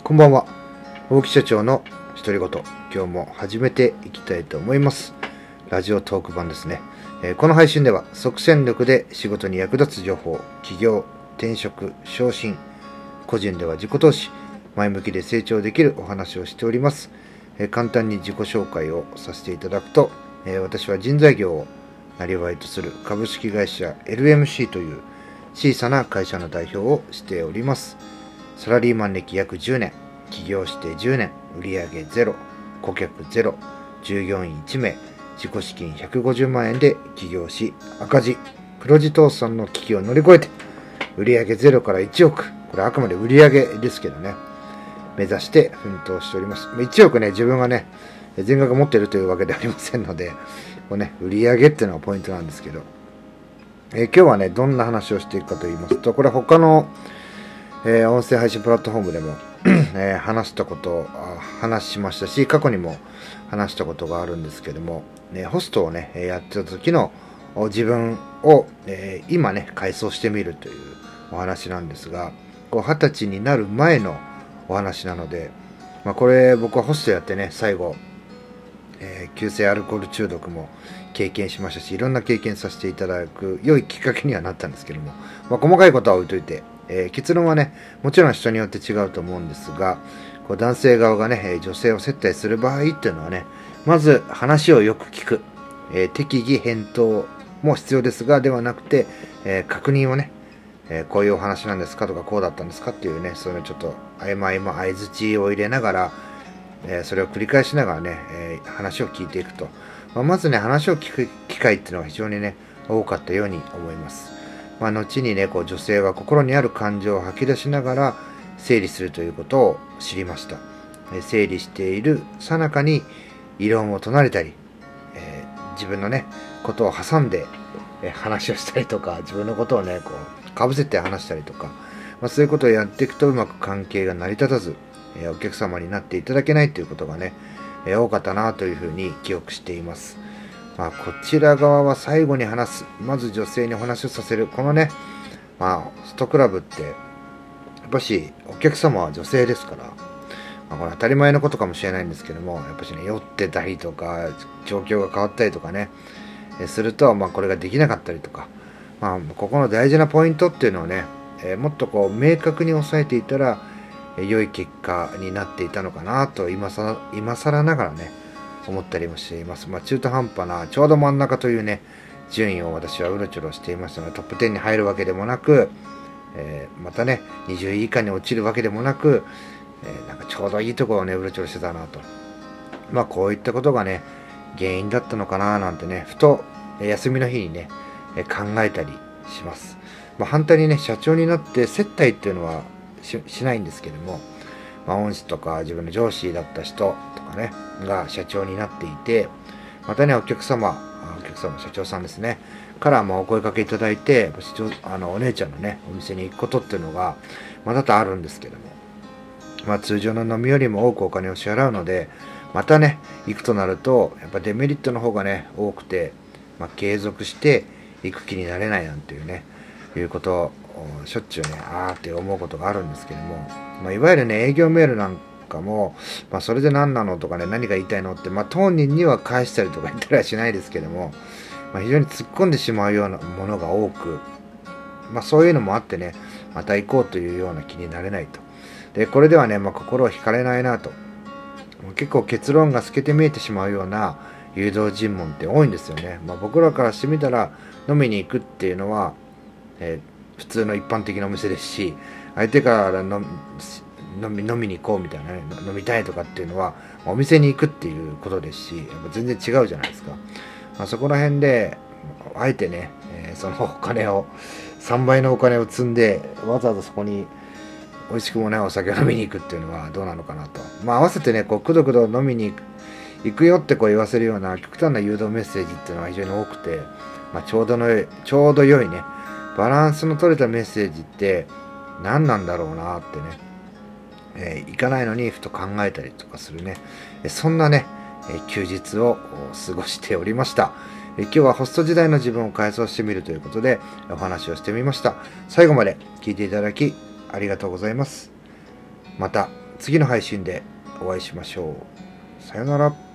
こんばんは。大木社長の独り言。今日も始めていきたいと思います。ラジオトーク版ですね。この配信では即戦力で仕事に役立つ情報、起業、転職、昇進、個人では自己投資、前向きで成長できるお話をしております。簡単に自己紹介をさせていただくと、私は人材業をなりわいとする株式会社 LMC という小さな会社の代表をしております。サラリーマン歴約10年、起業して10年、売上ゼロ、顧客ゼロ、従業員1名、自己資金150万円で起業し、赤字、黒字倒産の危機を乗り越えて、売上ゼロから1億、これあくまで売上ですけどね、目指して奮闘しております。1億ね、自分がね、全額持っているというわけではありませんので、これね、売上っていうのがポイントなんですけど、今日はね、どんな話をしていくかと言いますと、これ他の音声配信プラットフォームでも話しましたし、過去にも話したことがあるんですけども、ホストをね、やってた時の自分を、今ね、回想してみるというお話なんですが、20歳になる前のお話なので、これ僕はホストやってね、最後、急性アルコール中毒も経験しましたし、いろんな経験させていただく良いきっかけにはなったんですけども、細かいことは置いといて、結論はね、もちろん人によって違うと思うんですが、男性側がね、女性を接待する場合っていうのはね、まず話をよく聞く、適宜返答も必要ですが、ではなくて、確認をね、こういうお話なんですかとか、こうだったんですかっていうね、そういうのちょっと合間合間相づちを入れながら、それを繰り返しながらね、話を聞いていくと、まずね、話を聞く機会っていうのは非常にね、多かったように思います。後にね、女性は心にある感情を吐き出しながら整理するということを知りました。整理している最中に異論を唱えたり、自分のね、ことを挟んで、話をしたりとか、自分のことをね、かぶせて話したりとか、そういうことをやっていくとうまく関係が成り立たず、お客様になっていただけないということがね、多かったなというふうに記憶しています。こちら側は最後に話す、まず女性にお話をさせる、このね、ホストクラブってやっぱしお客様は女性ですから、これ当たり前のことかもしれないんですけども、やっぱしね、酔ってたりとか状況が変わったりとかね、するとこれができなかったりとか、ここの大事なポイントっていうのをね、もっと明確に押さえていたら良い結果になっていたのかなと今更ながらね、思ったりもしています。中途半端なちょうど真ん中というね、順位を私はうろちょろしていましたので、トップ10に入るわけでもなく、またね20位以下に落ちるわけでもなく、なんかちょうどいいところをねうろちょろしてたなと、こういったことがね原因だったのかななんてね、ふと休みの日にね考えたりします。反対にね、社長になって接待っていうのはしないんですけども、恩師とか自分の上司だった人とかねが社長になっていて、またねお客様社長さんですねからお声かけいただいて、お姉ちゃんのねお店に行くことっていうのが多々あるんですけども、通常の飲みよりも多くお金を支払うので、またね行くとなるとやっぱデメリットの方がね多くて、継続して行く気になれないなんていうねいうことをしょっちゅうねって思うことがあるんですけども、いわゆるね営業メールなんかも、それで何なのとかね、何が言いたいのって、当人には返したりとか言ったりはしないですけども、非常に突っ込んでしまうようなものが多く、そういうのもあってね、また行こうというような気になれないと。でこれではね、心を惹かれないなと、結構結論が透けて見えてしまうような誘導尋問って多いんですよね。僕らからしてみたら飲みに行くっていうのは、普通の一般的なお店ですし、相手から飲みに行こうみたいなね、飲みたいとかっていうのはお店に行くっていうことですし、やっぱ全然違うじゃないですか。そこら辺であえてね、そのお金を3倍のお金を積んでわざわざそこに美味しくもないお酒を飲みに行くっていうのはどうなのかなと。合わせてねくどくど飲みに行くよって言わせるような極端な誘導メッセージっていうのは非常に多くて、ちょうど良いねバランスの取れたメッセージって何なんだろうなってね、行かないのにふと考えたりとかするね、そんなね、休日を過ごしておりました。今日はホスト時代の自分を回想してみるということでお話をしてみました。最後まで聞いていただきありがとうございます。また次の配信でお会いしましょう。さよなら。